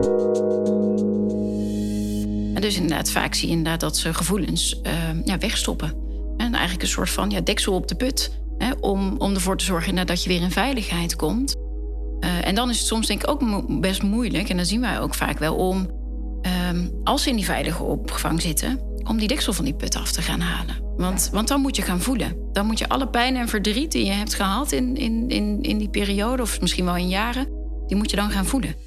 En dus inderdaad, vaak zie je inderdaad dat ze gevoelens wegstoppen. En eigenlijk een soort van deksel op de put. Om ervoor te zorgen dat je weer in veiligheid komt. En dan is het soms denk ik ook best moeilijk. En dan zien wij ook vaak wel om, als ze in die veilige opvang zitten, om die deksel van die put af te gaan halen. Want dan moet je gaan voelen. Dan moet je alle pijn en verdriet die je hebt gehad in die periode, of misschien wel in jaren, die moet je dan gaan voelen.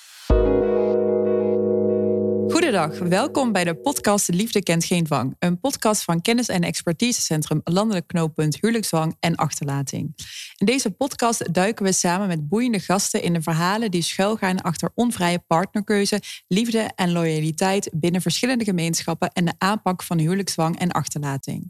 Goedendag, welkom bij de podcast Liefde kent geen dwang. Een podcast van kennis- en expertisecentrum Landelijk Knooppunt Huwelijksdwang en Achterlating. In deze podcast duiken we samen met boeiende gasten in de verhalen die schuilgaan achter onvrije partnerkeuze, liefde en loyaliteit binnen verschillende gemeenschappen en de aanpak van huwelijksdwang en achterlating.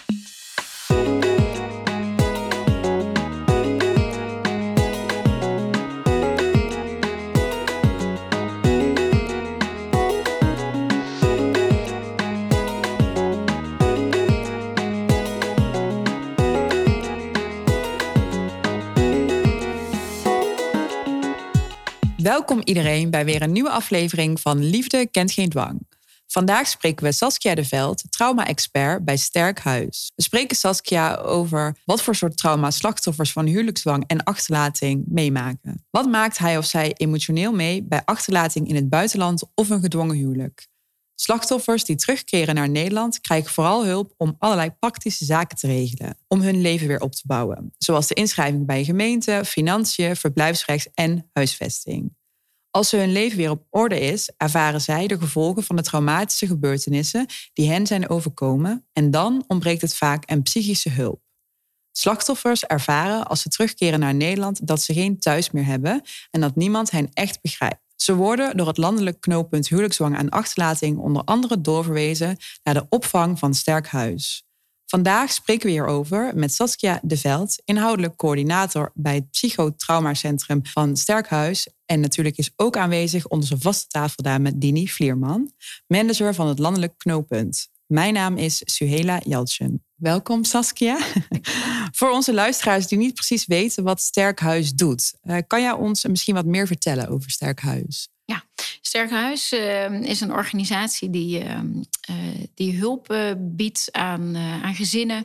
Welkom iedereen bij weer een nieuwe aflevering van Liefde kent geen dwang. Vandaag spreken we Saskia de Veld, trauma-expert bij Sterk Huis. We spreken Saskia over wat voor soort trauma slachtoffers van huwelijksdwang en achterlating meemaken. Wat maakt hij of zij emotioneel mee bij achterlating in het buitenland of een gedwongen huwelijk? Slachtoffers die terugkeren naar Nederland krijgen vooral hulp om allerlei praktische zaken te regelen, om hun leven weer op te bouwen. Zoals de inschrijving bij een gemeente, financiën, verblijfsrecht en huisvesting. Als hun leven weer op orde is, ervaren zij de gevolgen van de traumatische gebeurtenissen die hen zijn overkomen en dan ontbreekt het vaak aan psychische hulp. Slachtoffers ervaren als ze terugkeren naar Nederland dat ze geen thuis meer hebben en dat niemand hen echt begrijpt. Ze worden door het landelijk knooppunt huwelijksdwang en achterlating onder andere doorverwezen naar de opvang van Sterk Huis. Vandaag spreken we hierover met Saskia de Veld, inhoudelijk coördinator bij het psychotraumacentrum van Sterk Huis. En natuurlijk is ook aanwezig onze vaste tafeldame Dini Vlierman, manager van het landelijk knooppunt. Mijn naam is Suhela Yalcin. Welkom Saskia. Voor onze luisteraars die niet precies weten wat Sterk Huis doet, kan jij ons misschien wat meer vertellen over Sterk Huis? Ja, Sterk Huis is een organisatie die hulp biedt aan gezinnen,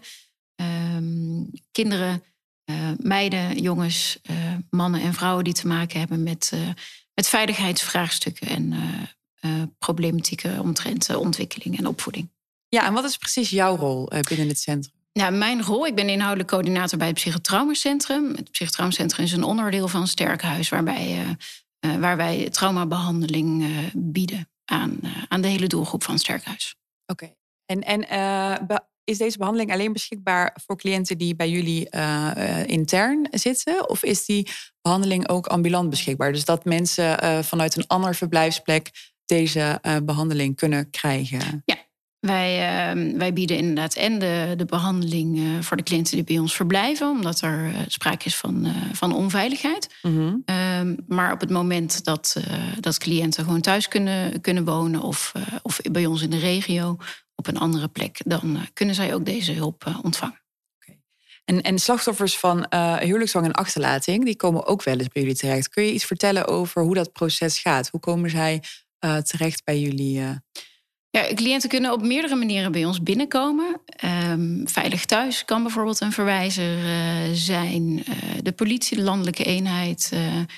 kinderen, meiden, jongens, mannen en vrouwen die te maken hebben met veiligheidsvraagstukken en problematieken omtrent ontwikkeling en opvoeding. Ja, en wat is precies jouw rol binnen het centrum? Ja, mijn rol, ik ben inhoudelijk coördinator bij het psychotraumacentrum. Het psychotraumacentrum is een onderdeel van Sterk Huis, waar wij traumabehandeling bieden aan de hele doelgroep van Sterk Huis. Oké. En is deze behandeling alleen beschikbaar voor cliënten die bij jullie intern zitten? Of is die behandeling ook ambulant beschikbaar? Dus dat mensen vanuit een andere verblijfsplek deze behandeling kunnen krijgen? Ja. Wij bieden inderdaad en de behandeling voor de cliënten die bij ons verblijven, omdat er sprake is van onveiligheid. Mm-hmm. Maar op het moment dat cliënten gewoon thuis kunnen wonen of bij ons in de regio op een andere plek, dan kunnen zij ook deze hulp ontvangen. Okay. En slachtoffers van huwelijksdwang en achterlating, die komen ook wel eens bij jullie terecht. Kun je iets vertellen over hoe dat proces gaat? Hoe komen zij terecht bij jullie? Ja, cliënten kunnen op meerdere manieren bij ons binnenkomen. Veilig Thuis kan bijvoorbeeld een verwijzer zijn. De politie, de landelijke eenheid,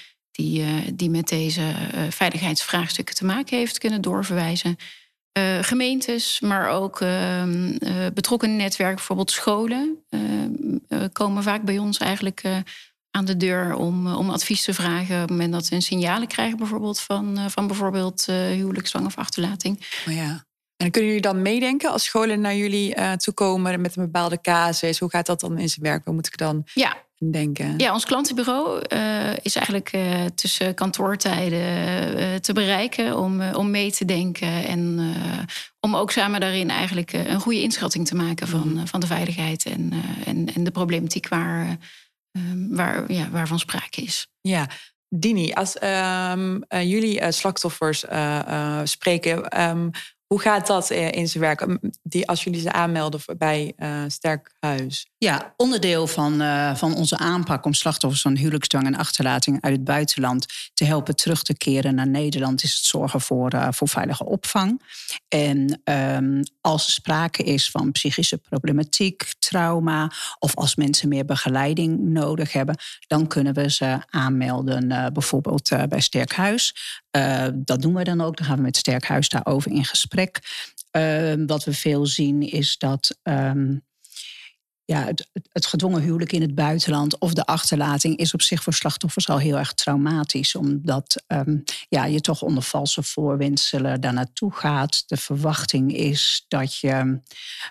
die met deze veiligheidsvraagstukken te maken heeft, kunnen doorverwijzen. Gemeentes, maar ook betrokken netwerken, bijvoorbeeld scholen, komen vaak bij ons eigenlijk aan de deur om advies te vragen op het moment dat ze een signalen krijgen, bijvoorbeeld van bijvoorbeeld huwelijksdwang of achterlating. Oh ja. En kunnen jullie dan meedenken als scholen naar jullie toekomen met een bepaalde casus? Hoe gaat dat dan in zijn werk? Waar moet ik dan denken? Ja, ons klantenbureau is eigenlijk tussen kantoortijden te bereiken om mee te denken en om ook samen daarin eigenlijk een goede inschatting te maken van de veiligheid en de problematiek waarvan sprake is. Ja. Dini, als jullie slachtoffers spreken, Hoe gaat dat in zijn werk? Als jullie ze aanmelden bij Sterk Huis? Ja, onderdeel van onze aanpak om slachtoffers van huwelijksdwang en achterlating uit het buitenland te helpen terug te keren naar Nederland is het zorgen voor veilige opvang. En als er sprake is van psychische problematiek, trauma of als mensen meer begeleiding nodig hebben, dan kunnen we ze aanmelden bijvoorbeeld bij Sterk Huis. Dat doen we dan ook. Dan gaan we met Sterk Huis daarover in gesprek. Wat we veel zien is dat het gedwongen huwelijk in het buitenland of de achterlating is op zich voor slachtoffers al heel erg traumatisch. Omdat je toch onder valse voorwendselen daar naartoe gaat. De verwachting is dat je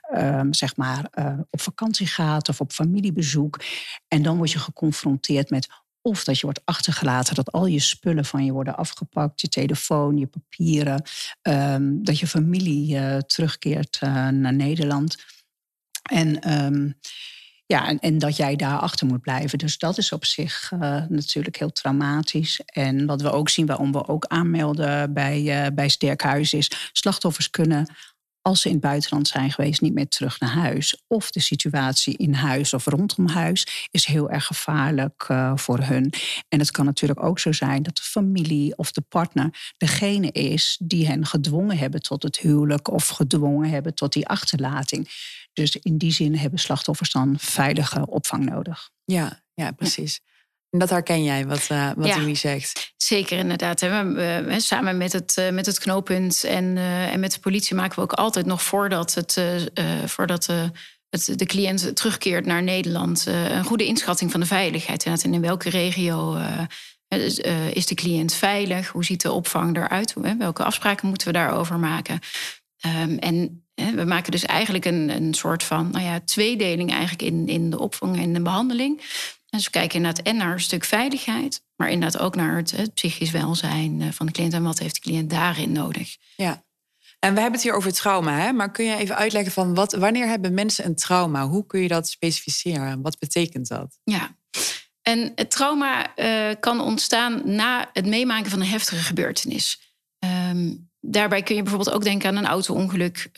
op vakantie gaat of op familiebezoek. En dan word je geconfronteerd met of dat je wordt achtergelaten, dat al je spullen van je worden afgepakt. Je telefoon, je papieren. Dat je familie terugkeert naar Nederland. En dat jij daar achter moet blijven. Dus dat is op zich natuurlijk heel traumatisch. En wat we ook zien, waarom we ook aanmelden bij Sterk Huis is, slachtoffers kunnen, als ze in het buitenland zijn geweest, niet meer terug naar huis. Of de situatie in huis of rondom huis is heel erg gevaarlijk voor hun. En het kan natuurlijk ook zo zijn dat de familie of de partner degene is die hen gedwongen hebben tot het huwelijk of gedwongen hebben tot die achterlating. Dus in die zin hebben slachtoffers dan veilige opvang nodig. Ja, precies. Ja. En dat herken jij, wat Amy zegt. Zeker, inderdaad. Samen met het knooppunt en met de politie maken we ook altijd nog voordat de cliënt terugkeert naar Nederland een goede inschatting van de veiligheid. En in welke regio is de cliënt veilig? Hoe ziet de opvang eruit? Welke afspraken moeten we daarover maken? We maken dus eigenlijk een soort van tweedeling eigenlijk in de opvang en de behandeling. En dus we kijken inderdaad en naar een stuk veiligheid, maar inderdaad ook naar het psychisch welzijn van de cliënt en wat heeft de cliënt daarin nodig. Ja, en we hebben het hier over trauma, hè? Maar kun je even uitleggen van wanneer hebben mensen een trauma? Hoe kun je dat specificeren? Wat betekent dat? Ja, en het trauma kan ontstaan na het meemaken van een heftige gebeurtenis. Daarbij kun je bijvoorbeeld ook denken aan een auto-ongeluk.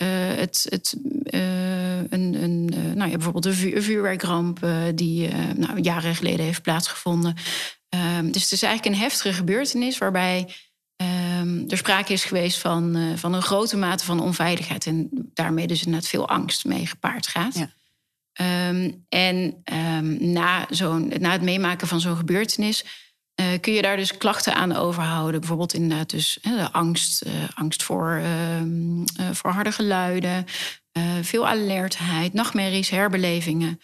Bijvoorbeeld een vuurwerkramp die jaren geleden heeft plaatsgevonden. Dus het is eigenlijk een heftige gebeurtenis waarbij er sprake is geweest van een grote mate van onveiligheid. En daarmee dus inderdaad veel angst mee gepaard gaat. Ja. Na het meemaken van zo'n gebeurtenis kun je daar dus klachten aan overhouden. Bijvoorbeeld inderdaad dus de angst voor harde geluiden, veel alertheid, nachtmerries, herbelevingen.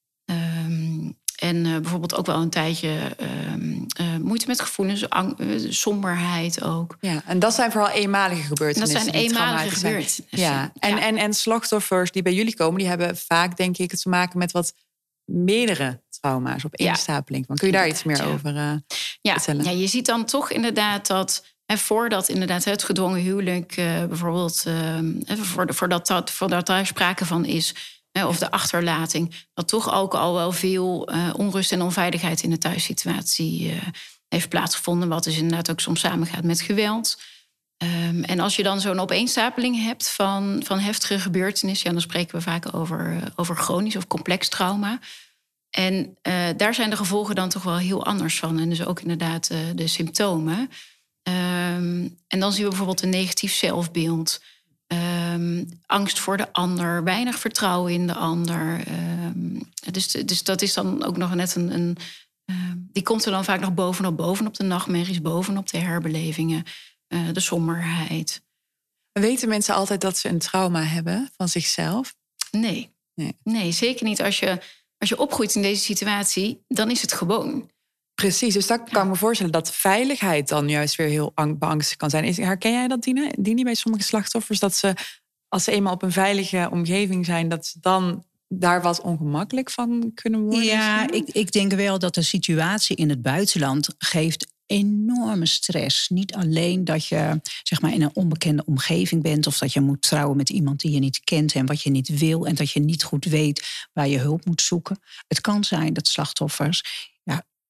Bijvoorbeeld ook wel een tijdje moeite met gevoelens, somberheid ook. Ja, en dat zijn vooral eenmalige gebeurtenissen. Dat zijn eenmalige gebeurtenissen. Ja. En slachtoffers die bij jullie komen, die hebben vaak, denk ik, te maken met wat meerdere trauma's op één stapeling. Kun je daar iets meer over vertellen? Ja, je ziet dan toch inderdaad dat voordat inderdaad het gedwongen huwelijk bijvoorbeeld, voordat daar sprake van is, of de achterlating, dat toch ook al wel veel onrust en onveiligheid in de thuissituatie heeft plaatsgevonden, wat dus inderdaad ook soms samengaat met geweld. En als je dan zo'n opeenstapeling hebt van heftige gebeurtenissen, dan spreken we vaak over chronisch of complex trauma. En daar zijn de gevolgen dan toch wel heel anders van. En dus ook inderdaad de symptomen. En dan zien we bijvoorbeeld een negatief zelfbeeld. Angst voor de ander, weinig vertrouwen in de ander. Dus dat is dan ook nog net die komt er dan vaak nog bovenop de nachtmerries, bovenop de herbelevingen, de somberheid. Weten mensen altijd dat ze een trauma hebben van zichzelf? Nee, zeker niet. Als je opgroeit in deze situatie, dan is het gewoon. Precies, dus daar kan ik me voorstellen dat veiligheid dan juist weer heel beangstigend kan zijn. Herken jij dat, Dini, bij sommige slachtoffers? Dat ze, als ze eenmaal op een veilige omgeving zijn, dat ze dan daar wat ongemakkelijk van kunnen worden? Ja, ik denk wel dat de situatie in het buitenland geeft enorme stress. Niet alleen dat je in een onbekende omgeving bent, of dat je moet trouwen met iemand die je niet kent en wat je niet wil, en dat je niet goed weet waar je hulp moet zoeken. Het kan zijn dat slachtoffers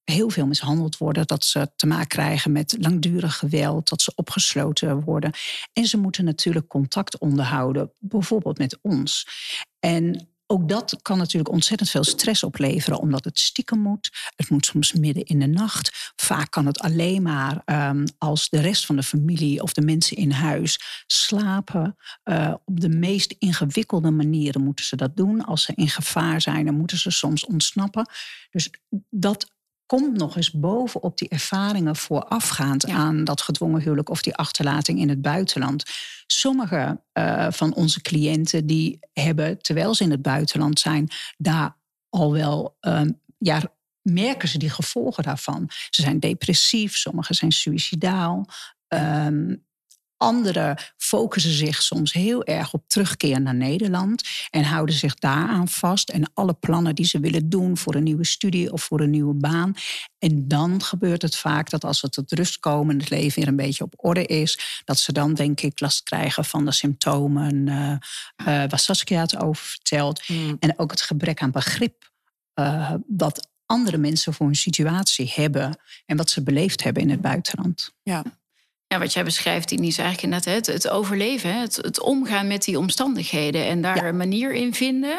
heel veel mishandeld worden. Dat ze te maken krijgen met langdurig geweld. Dat ze opgesloten worden. En ze moeten natuurlijk contact onderhouden. Bijvoorbeeld met ons. En ook dat kan natuurlijk ontzettend veel stress opleveren. Omdat het stiekem moet. Het moet soms midden in de nacht. Vaak kan het alleen maar als de rest van de familie of de mensen in huis slapen. Op de meest ingewikkelde manieren moeten ze dat doen. Als ze in gevaar zijn, dan moeten ze soms ontsnappen. Dus dat komt nog eens bovenop die ervaringen voorafgaand aan dat gedwongen huwelijk of die achterlating in het buitenland. Sommige van onze cliënten die hebben, terwijl ze in het buitenland zijn, daar al wel merken ze die gevolgen daarvan. Ze zijn depressief, sommigen zijn suïcidaal. Anderen focussen zich soms heel erg op terugkeer naar Nederland en houden zich daaraan vast en alle plannen die ze willen doen voor een nieuwe studie of voor een nieuwe baan. En dan gebeurt het vaak dat als ze tot rust komen en het leven weer een beetje op orde is, dat ze dan denk ik last krijgen van de symptomen waar Saskia het over vertelt. En ook het gebrek aan begrip dat andere mensen voor hun situatie hebben en wat ze beleefd hebben in het buitenland. Ja, wat jij beschrijft, Tini, is eigenlijk inderdaad het overleven. Het omgaan met die omstandigheden en daar een manier in vinden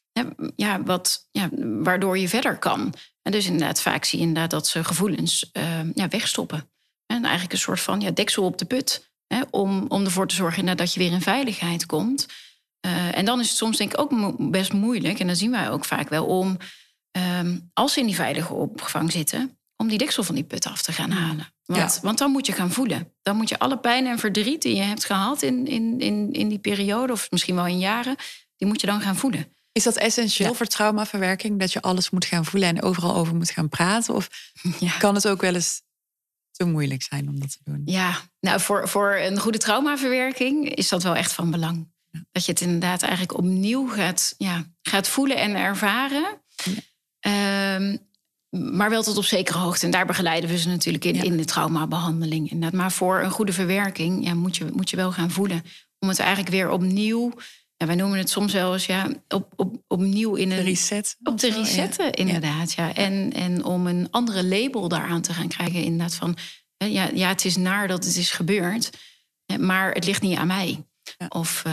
waardoor je verder kan. En dus inderdaad, vaak zie je inderdaad dat ze gevoelens wegstoppen. En eigenlijk een soort van deksel op de put. Om ervoor te zorgen dat je weer in veiligheid komt. En dan is het soms denk ik ook best moeilijk. En dan zien wij ook vaak wel om, als ze in die veilige opvang zitten, om die deksel van die put af te gaan halen. Want dan moet je gaan voelen. Dan moet je alle pijn en verdriet die je hebt gehad in die periode, of misschien wel in jaren, die moet je dan gaan voelen. Is dat essentieel voor traumaverwerking? Dat je alles moet gaan voelen en overal over moet gaan praten? Of kan het ook wel eens te moeilijk zijn om dat te doen? Ja, nou voor een goede traumaverwerking is dat wel echt van belang. Ja. Dat je het inderdaad eigenlijk opnieuw gaat voelen en ervaren. Ja. Maar wel tot op zekere hoogte. En daar begeleiden we ze natuurlijk in de traumabehandeling. Inderdaad. Maar voor een goede verwerking moet je wel gaan voelen. Om het eigenlijk weer opnieuw, wij noemen het soms wel eens opnieuw in een reset. Op te resetten, inderdaad. Ja. En om een andere label daaraan te gaan krijgen. Inderdaad van, het is naar dat het is gebeurd. Maar het ligt niet aan mij. Ja. Of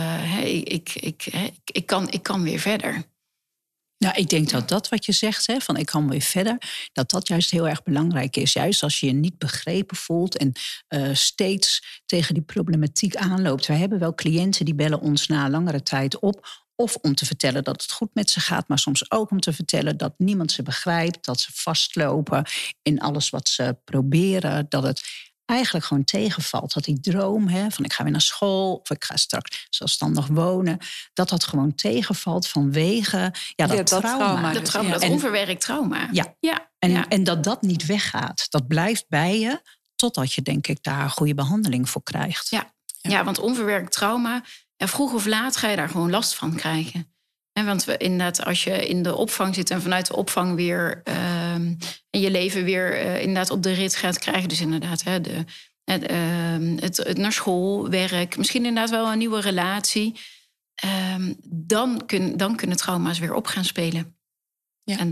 ik kan weer verder. Nou, ik denk dat wat je zegt, van ik kan weer verder, dat juist heel erg belangrijk is. Juist als je je niet begrepen voelt en steeds tegen die problematiek aanloopt. We hebben wel cliënten die bellen ons na langere tijd op. Of om te vertellen dat het goed met ze gaat, maar soms ook om te vertellen dat niemand ze begrijpt. Dat ze vastlopen in alles wat ze proberen. Dat het eigenlijk gewoon tegenvalt. Dat die droom van ik ga weer naar school of ik ga straks zelfstandig wonen, dat gewoon tegenvalt vanwege dat trauma. Dat onverwerkt trauma. En dat niet weggaat. Dat blijft bij je totdat je denk ik daar goede behandeling voor krijgt. Ja, want onverwerkt trauma, vroeg of laat ga je daar gewoon last van krijgen. Want inderdaad, als je in de opvang zit en vanuit de opvang weer en je leven weer inderdaad op de rit gaat krijgen. Dus inderdaad, het naar school, werk, misschien inderdaad wel een nieuwe relatie. Dan kunnen trauma's weer op gaan spelen. Ja. En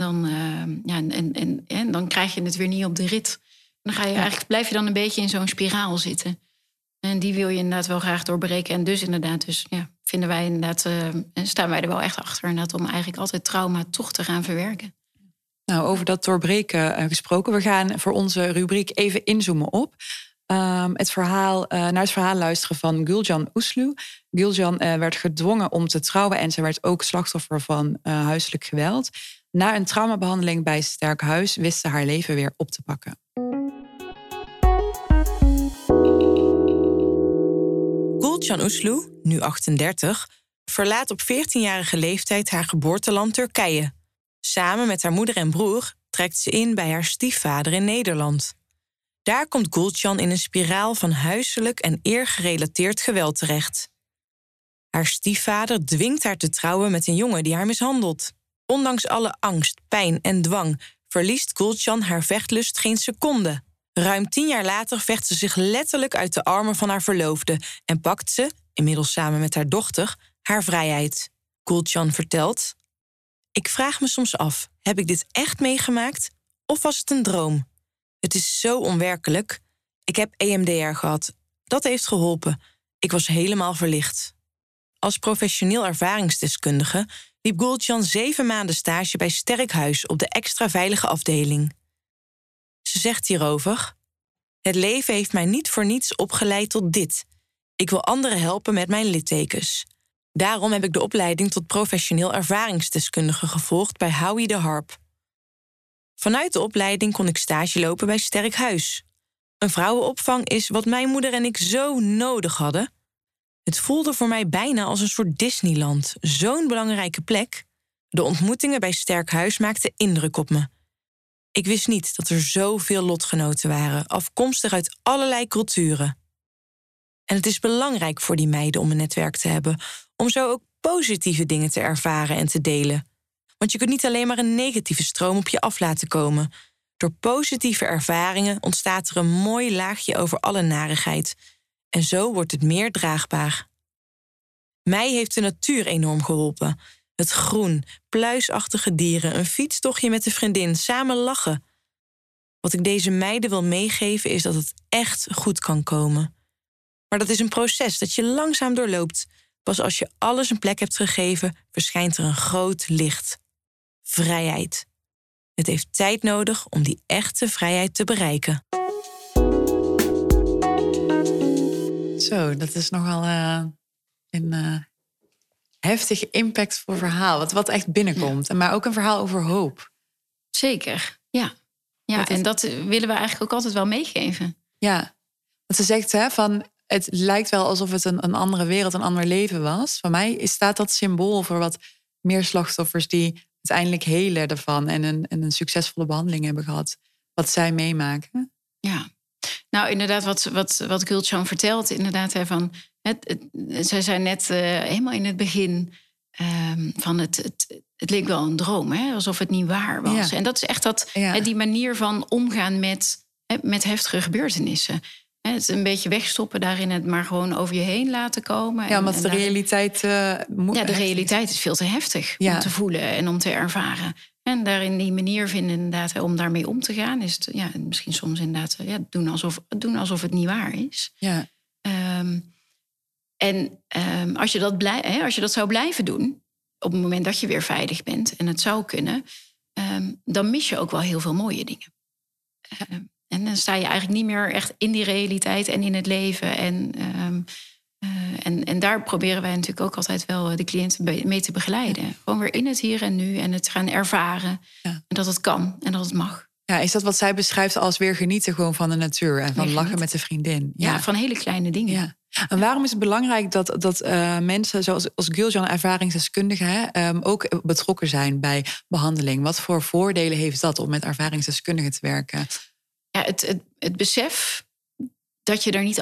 dan krijg je het weer niet op de rit. Dan blijf je dan een beetje in zo'n spiraal zitten. En die wil je inderdaad wel graag doorbreken. En dus inderdaad, vinden wij inderdaad, en staan wij er wel echt achter inderdaad, om eigenlijk altijd trauma toch te gaan verwerken. Nou, over dat doorbreken gesproken. We gaan voor onze rubriek even inzoomen op naar het verhaal luisteren van Gülcan Uslu. Gülcan werd gedwongen om te trouwen en ze werd ook slachtoffer van huiselijk geweld. Na een traumabehandeling bij Sterk Huis wist ze haar leven weer op te pakken. Gülcan Uslu, nu 38, verlaat op 14-jarige leeftijd haar geboorteland Turkije. Samen met haar moeder en broer trekt ze in bij haar stiefvader in Nederland. Daar komt Gülcan in een spiraal van huiselijk en eergerelateerd geweld terecht. Haar stiefvader dwingt haar te trouwen met een jongen die haar mishandelt. Ondanks alle angst, pijn en dwang verliest Gülcan haar vechtlust geen seconde. Ruim 10 jaar later vecht ze zich letterlijk uit de armen van haar verloofde en pakt ze, inmiddels samen met haar dochter, haar vrijheid. Gülcan vertelt: ik vraag me soms af, heb ik dit echt meegemaakt? Of was het een droom? Het is zo onwerkelijk. Ik heb EMDR gehad. Dat heeft geholpen. Ik was helemaal verlicht. Als professioneel ervaringsdeskundige liep Gulcan 7 maanden stage bij Sterk Huis op de extra veilige afdeling. Ze zegt hierover: het leven heeft mij niet voor niets opgeleid tot dit. Ik wil anderen helpen met mijn littekens. Daarom heb ik de opleiding tot professioneel ervaringsdeskundige gevolgd bij Howie de Harp. Vanuit de opleiding kon ik stage lopen bij Sterk Huis. Een vrouwenopvang is wat mijn moeder en ik zo nodig hadden. Het voelde voor mij bijna als een soort Disneyland. Zo'n belangrijke plek. De ontmoetingen bij Sterk Huis maakten indruk op me. Ik wist niet dat er zoveel lotgenoten waren, afkomstig uit allerlei culturen. En het is belangrijk voor die meiden om een netwerk te hebben, om zo ook positieve dingen te ervaren en te delen. Want je kunt niet alleen maar een negatieve stroom op je af laten komen. Door positieve ervaringen ontstaat er een mooi laagje over alle narigheid. En zo wordt het meer draagbaar. Mij heeft de natuur enorm geholpen. Het groen, pluisachtige dieren, een fietstochtje met een vriendin, samen lachen. Wat ik deze meiden wil meegeven is dat het echt goed kan komen. Maar dat is een proces dat je langzaam doorloopt. Pas als je alles een plek hebt gegeven, verschijnt er een groot licht. Vrijheid. Het heeft tijd nodig om die echte vrijheid te bereiken. Zo, dat is nogal een heftig impactvol verhaal. Wat echt binnenkomt. Maar ook een verhaal over hoop. Zeker, ja. En dat willen we eigenlijk ook altijd wel meegeven. Ja, want ze zegt van, het lijkt wel alsof het een andere wereld, een ander leven was. Voor mij staat dat symbool voor wat meer slachtoffers die uiteindelijk helen ervan en een succesvolle behandeling hebben gehad. Wat zij meemaken. Ja, nou inderdaad wat Gulcan vertelt. Inderdaad, van zij zei net helemaal in het begin van het leek wel een droom. Hè, alsof het niet waar was. Ja. En dat is echt die manier van omgaan met heftige gebeurtenissen. Het een beetje wegstoppen daarin, het maar gewoon over je heen laten komen. Ja, omdat de realiteit... de realiteit is veel te heftig om te voelen en om te ervaren. En daarin die manier vinden inderdaad om daarmee om te gaan... is het, misschien soms inderdaad doen alsof het niet waar is. Ja. Als je dat zou blijven doen... op het moment dat je weer veilig bent en het zou kunnen... dan mis je ook wel heel veel mooie dingen. En dan sta je eigenlijk niet meer echt in die realiteit en in het leven. En daar proberen wij natuurlijk ook altijd wel de cliënten mee te begeleiden. Ja. Gewoon weer in het hier en nu en het gaan ervaren. Ja. En dat het kan en dat het mag. Ja, is dat wat zij beschrijft als weer genieten gewoon van de natuur en van lachen met de vriendin? Ja, van hele kleine dingen. Ja. En waarom is het belangrijk dat mensen zoals Gulcan, ervaringsdeskundigen, ook betrokken zijn bij behandeling? Wat voor voordelen heeft dat om met ervaringsdeskundigen te werken? Ja, het besef dat je er niet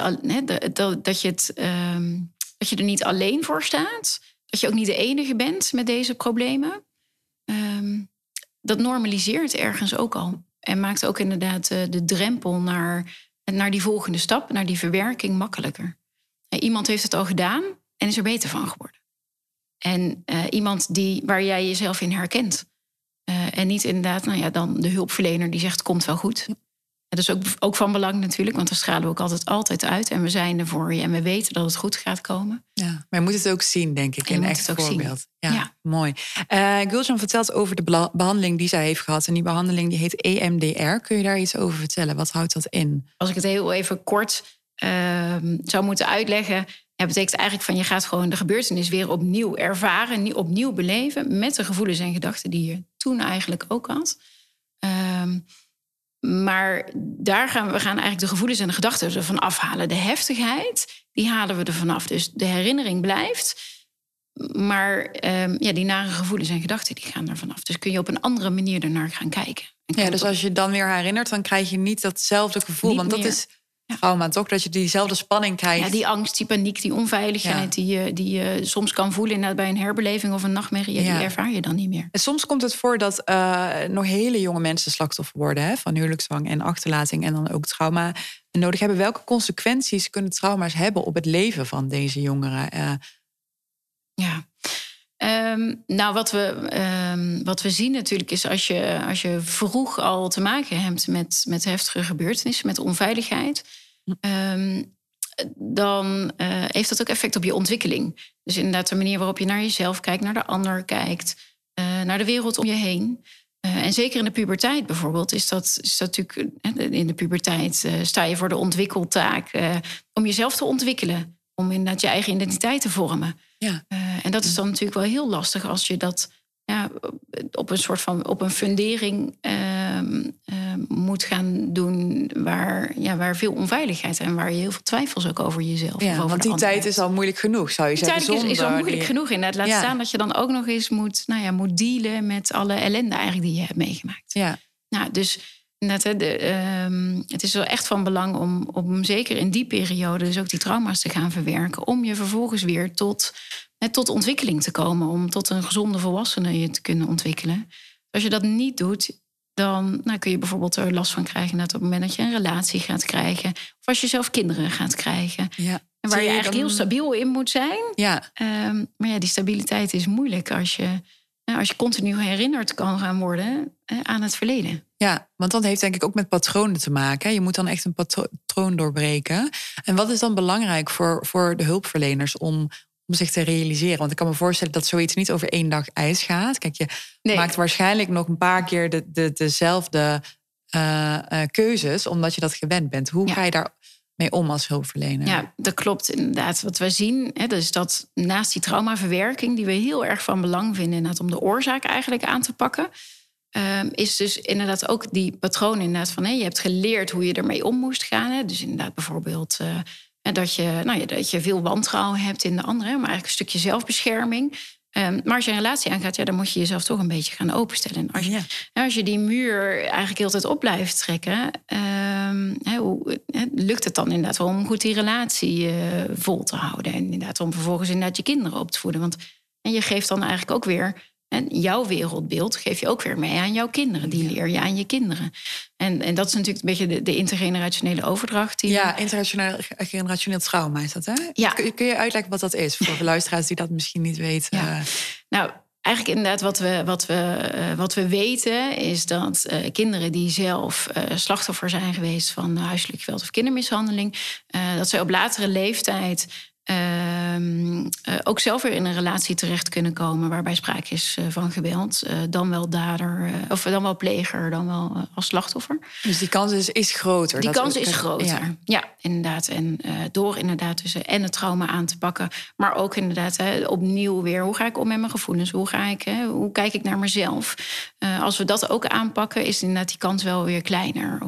dat je er niet alleen voor staat, dat je ook niet de enige bent met deze problemen, dat normaliseert ergens ook al en maakt ook inderdaad de drempel naar die volgende stap, naar die verwerking makkelijker. Iemand heeft het al gedaan en is er beter van geworden. En iemand waar jij jezelf in herkent. En niet inderdaad, dan de hulpverlener die zegt, komt wel goed. Dat is ook van belang natuurlijk, want dan stralen we ook altijd uit. En we zijn er voor je en we weten dat het goed gaat komen. Ja, maar je moet het ook zien, denk ik, in een echt voorbeeld. Ja, mooi. Gulcan vertelt over de behandeling die zij heeft gehad. En die behandeling die heet EMDR. Kun je daar iets over vertellen? Wat houdt dat in? Als ik het heel even kort zou moeten uitleggen... betekent eigenlijk van je gaat gewoon de gebeurtenis weer opnieuw ervaren... opnieuw beleven met de gevoelens en gedachten die je toen eigenlijk ook had... Maar we gaan eigenlijk de gevoelens en de gedachten ervan afhalen. De heftigheid, die halen we ervan af. Dus de herinnering blijft. Maar die nare gevoelens en gedachten, die gaan ervan af. Dus kun je op een andere manier ernaar gaan kijken. Ja, dus als je dan weer herinnert, dan krijg je niet datzelfde gevoel. Want dat is trauma toch? Dat je diezelfde spanning krijgt. Ja, die angst, die paniek, die onveiligheid... die je soms kan voelen inderdaad bij een herbeleving of een nachtmerrie... die ervaar je dan niet meer. En soms komt het voor dat nog hele jonge mensen slachtoffer worden... van huwelijksdwang en achterlating en dan ook trauma nodig hebben. Welke consequenties kunnen trauma's hebben op het leven van deze jongeren? Nou, wat we zien natuurlijk is als je vroeg al te maken hebt met heftige gebeurtenissen, met onveiligheid, dan heeft dat ook effect op je ontwikkeling. Dus inderdaad de manier waarop je naar jezelf kijkt, naar de ander kijkt, naar de wereld om je heen. En zeker in de puberteit bijvoorbeeld is dat natuurlijk... In de puberteit sta je voor de ontwikkeltaak om jezelf te ontwikkelen. Om inderdaad je eigen identiteit te vormen. Ja. En dat is dan natuurlijk wel heel lastig als je dat op een fundering moet gaan doen waar veel onveiligheid en waar je heel veel twijfels ook over jezelf. Ja, want die tijd is al moeilijk genoeg, zou je zeggen. Die tijd is al moeilijk genoeg inderdaad. Laat staan dat je dan ook nog eens moet dealen met alle ellende eigenlijk die je hebt meegemaakt. Ja. Nou, dus inderdaad, het is wel echt van belang om zeker in die periode dus ook die trauma's te gaan verwerken. Om je vervolgens weer tot ontwikkeling te komen. Om tot een gezonde volwassene je te kunnen ontwikkelen. Als je dat niet doet, dan kun je bijvoorbeeld er last van krijgen op het moment dat je een relatie gaat krijgen. Of als je zelf kinderen gaat krijgen. Ja. En waar je eigenlijk heel stabiel in moet zijn. Ja. Maar die stabiliteit is moeilijk als je continu herinnerd kan gaan worden aan het verleden. Ja, want dat heeft denk ik ook met patronen te maken. Je moet dan echt een patroon doorbreken. En wat is dan belangrijk voor de hulpverleners om zich te realiseren? Want ik kan me voorstellen dat zoiets niet over 1 dag ijs gaat. Kijk, je maakt waarschijnlijk nog een paar keer dezelfde keuzes, omdat je dat gewend bent. Hoe ga je daarmee om als hulpverlener? Ja, dat klopt inderdaad. Wat wij zien, dus dat naast die traumaverwerking, die we heel erg van belang vinden, inderdaad, om de oorzaak eigenlijk aan te pakken, is dus inderdaad ook die patroon inderdaad van je hebt geleerd hoe je ermee om moest gaan. Dus inderdaad bijvoorbeeld dat je veel wantrouwen hebt in de anderen, maar eigenlijk een stukje zelfbescherming. Maar als je een relatie aangaat, dan moet je jezelf toch een beetje gaan openstellen. Als je die muur eigenlijk heel de tijd op blijft trekken, lukt het dan inderdaad wel om goed die relatie vol te houden. En inderdaad om vervolgens inderdaad je kinderen op te voeden. Want je geeft dan eigenlijk ook weer jouw wereldbeeld geef je ook weer mee aan jouw kinderen. Die leer je aan je kinderen. En dat is natuurlijk een beetje de intergenerationele overdracht. Intergenerationeel trauma is dat, hè? Ja. Kun je uitleggen wat dat is voor de luisteraars die dat misschien niet weten? Ja. Nou, eigenlijk inderdaad wat we weten is dat kinderen die zelf slachtoffer zijn geweest van huiselijk geweld of kindermishandeling, dat zij op latere leeftijd ook zelf weer in een relatie terecht kunnen komen waarbij sprake is van geweld, dan wel dader, of dan wel pleger, dan wel als slachtoffer. Dus die kans is groter. Die kans is groter, ja, inderdaad. En door inderdaad dus het trauma aan te pakken, maar ook inderdaad opnieuw weer, hoe ga ik om met mijn gevoelens? Hoe kijk ik naar mezelf? Als we dat ook aanpakken, is inderdaad die kans wel weer kleiner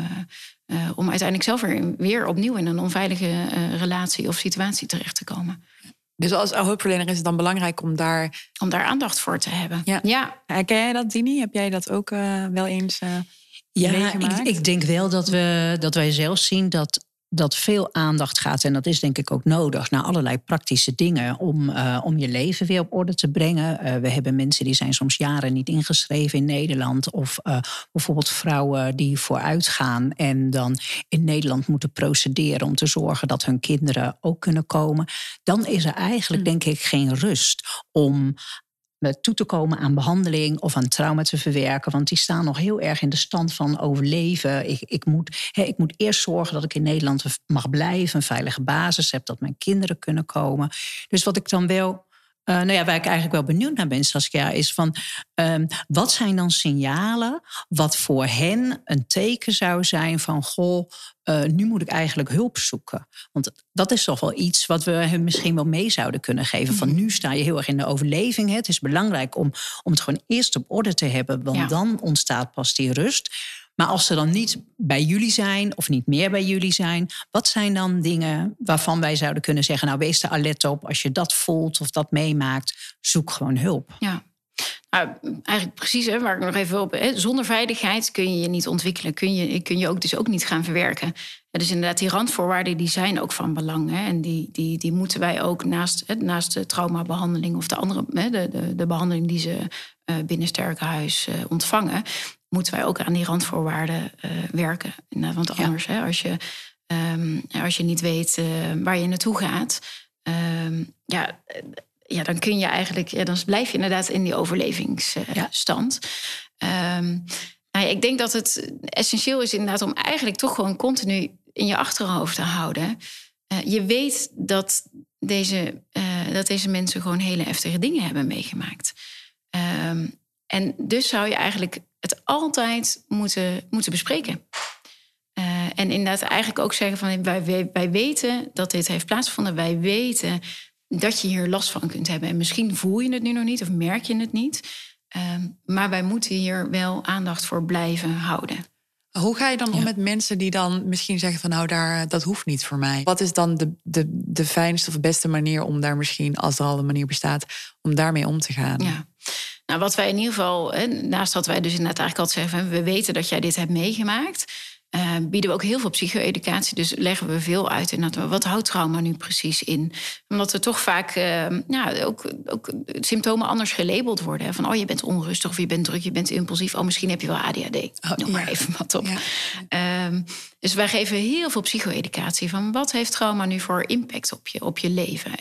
om uiteindelijk zelf weer opnieuw in een onveilige relatie of situatie terecht te komen. Dus als hulpverlener is het dan belangrijk om daar aandacht voor te hebben. Ja. Herken jij dat, Dini? Heb jij dat ook wel eens meegemaakt? Ik denk wel dat wij zelf zien dat veel aandacht gaat, en dat is denk ik ook nodig, naar allerlei praktische dingen om je leven weer op orde te brengen. We hebben mensen die zijn soms jaren niet ingeschreven in Nederland. Of bijvoorbeeld vrouwen die vooruit gaan en dan in Nederland moeten procederen om te zorgen dat hun kinderen ook kunnen komen. Dan is er eigenlijk denk ik geen rust om toe te komen aan behandeling of aan trauma te verwerken. Want die staan nog heel erg in de stand van overleven. Ik moet eerst zorgen dat ik in Nederland mag blijven, een veilige basis heb, dat mijn kinderen kunnen komen. Dus wat ik dan wel, waar ik eigenlijk wel benieuwd naar ben, Saskia, is van wat zijn dan signalen wat voor hen een teken zou zijn van nu moet ik eigenlijk hulp zoeken. Want dat is toch wel iets wat we hem misschien wel mee zouden kunnen geven. Van nu sta je heel erg in de overleving. Het is belangrijk om het gewoon eerst op orde te hebben. Want dan ontstaat pas die rust. Maar als ze dan niet bij jullie zijn of niet meer bij jullie zijn, wat zijn dan dingen waarvan wij zouden kunnen zeggen, nou, wees er alert op. Als je dat voelt of dat meemaakt, zoek gewoon hulp. Ja. Nou, eigenlijk precies, waar ik nog even op. Zonder veiligheid kun je je niet ontwikkelen. Kun je ook dus ook niet gaan verwerken. Dus inderdaad, die randvoorwaarden die zijn ook van belang. En die moeten wij ook naast de traumabehandeling of de andere, de behandeling die ze binnen Sterkenhuis ontvangen, moeten wij ook aan die randvoorwaarden werken. Want anders, als je niet weet waar je naartoe gaat, dan kun je eigenlijk, dan blijf je inderdaad in die overlevingsstand. Ik denk dat het essentieel is inderdaad om eigenlijk toch gewoon continu in je achterhoofd te houden. Je weet dat deze mensen gewoon hele heftige dingen hebben meegemaakt. En dus zou je eigenlijk het altijd moeten bespreken. En inderdaad eigenlijk ook zeggen van wij weten dat dit heeft plaatsgevonden. Wij weten dat je hier last van kunt hebben. En misschien voel je het nu nog niet of merk je het niet. Maar wij moeten hier wel aandacht voor blijven houden. Hoe ga je dan om met mensen die dan misschien zeggen van dat hoeft niet voor mij? Wat is dan de fijnste of beste manier om daar misschien, als er al een manier bestaat, om daarmee om te gaan? Ja. Nou, wat wij in ieder geval, naast dat wij dus inderdaad eigenlijk altijd zeggen, we weten dat jij dit hebt meegemaakt, bieden we ook heel veel psycho-educatie. Dus leggen we veel uit in wat houdt trauma nu precies in? Omdat er toch vaak ook symptomen anders gelabeld worden. Hè? Van je bent onrustig of je bent druk, je bent impulsief. Misschien heb je wel ADHD. Noem maar even wat op. Ja. Dus wij geven heel veel psycho-educatie van wat heeft trauma nu voor impact op je leven?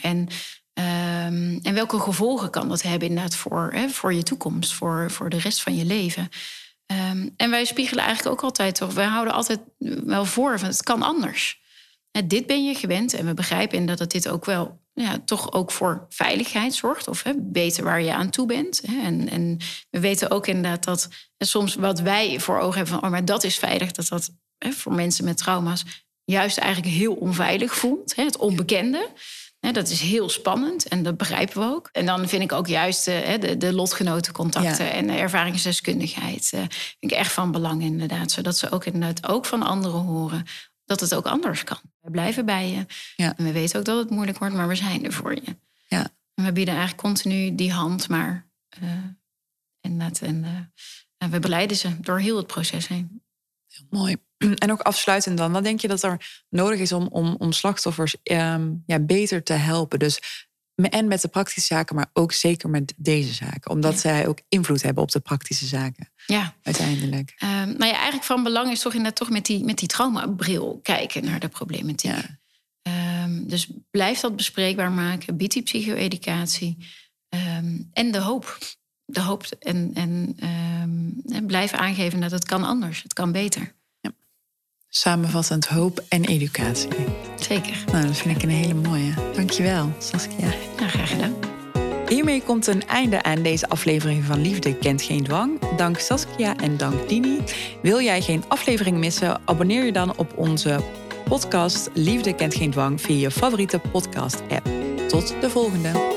En welke gevolgen kan dat hebben inderdaad voor je toekomst, voor de rest van je leven? En wij spiegelen eigenlijk ook altijd toch. Wij houden altijd wel voor van het kan anders. Dit ben je gewend en we begrijpen inderdaad dat dit ook wel toch ook voor veiligheid zorgt of weten waar je aan toe bent. En we weten ook inderdaad dat soms wat wij voor ogen hebben van maar dat is veilig, dat voor mensen met trauma's juist eigenlijk heel onveilig voelt. Het onbekende. Dat is heel spannend en dat begrijpen we ook. En dan vind ik ook juist de lotgenotencontacten en de ervaringsdeskundigheid vind ik echt van belang inderdaad. Zodat ze ook inderdaad ook van anderen horen dat het ook anders kan. We blijven bij je. Ja. En we weten ook dat het moeilijk wordt, maar we zijn er voor je. Ja. En we bieden eigenlijk continu die hand, maar inderdaad. En we begeleiden ze door heel het proces heen. Heel mooi. En ook afsluitend dan, wat denk je dat er nodig is om slachtoffers beter te helpen? Dus en met de praktische zaken, maar ook zeker met deze zaken. Omdat zij ook invloed hebben op de praktische zaken. Ja. Uiteindelijk. Eigenlijk van belang is toch inderdaad met die traumabril kijken naar de problematiek. Ja. Dus blijf dat bespreekbaar maken. Bied die psycho-educatie. En de hoop. De hoop en blijf aangeven dat het kan anders. Het kan beter. Samenvattend hoop en educatie. Zeker. Nou, dat vind ik een hele mooie. Dankjewel, Saskia. Ja, graag gedaan. Hiermee komt een einde aan deze aflevering van Liefde kent geen dwang. Dank Saskia en dank Dini. Wil jij geen aflevering missen? Abonneer je dan op onze podcast Liefde kent geen dwang via je favoriete podcast-app. Tot de volgende.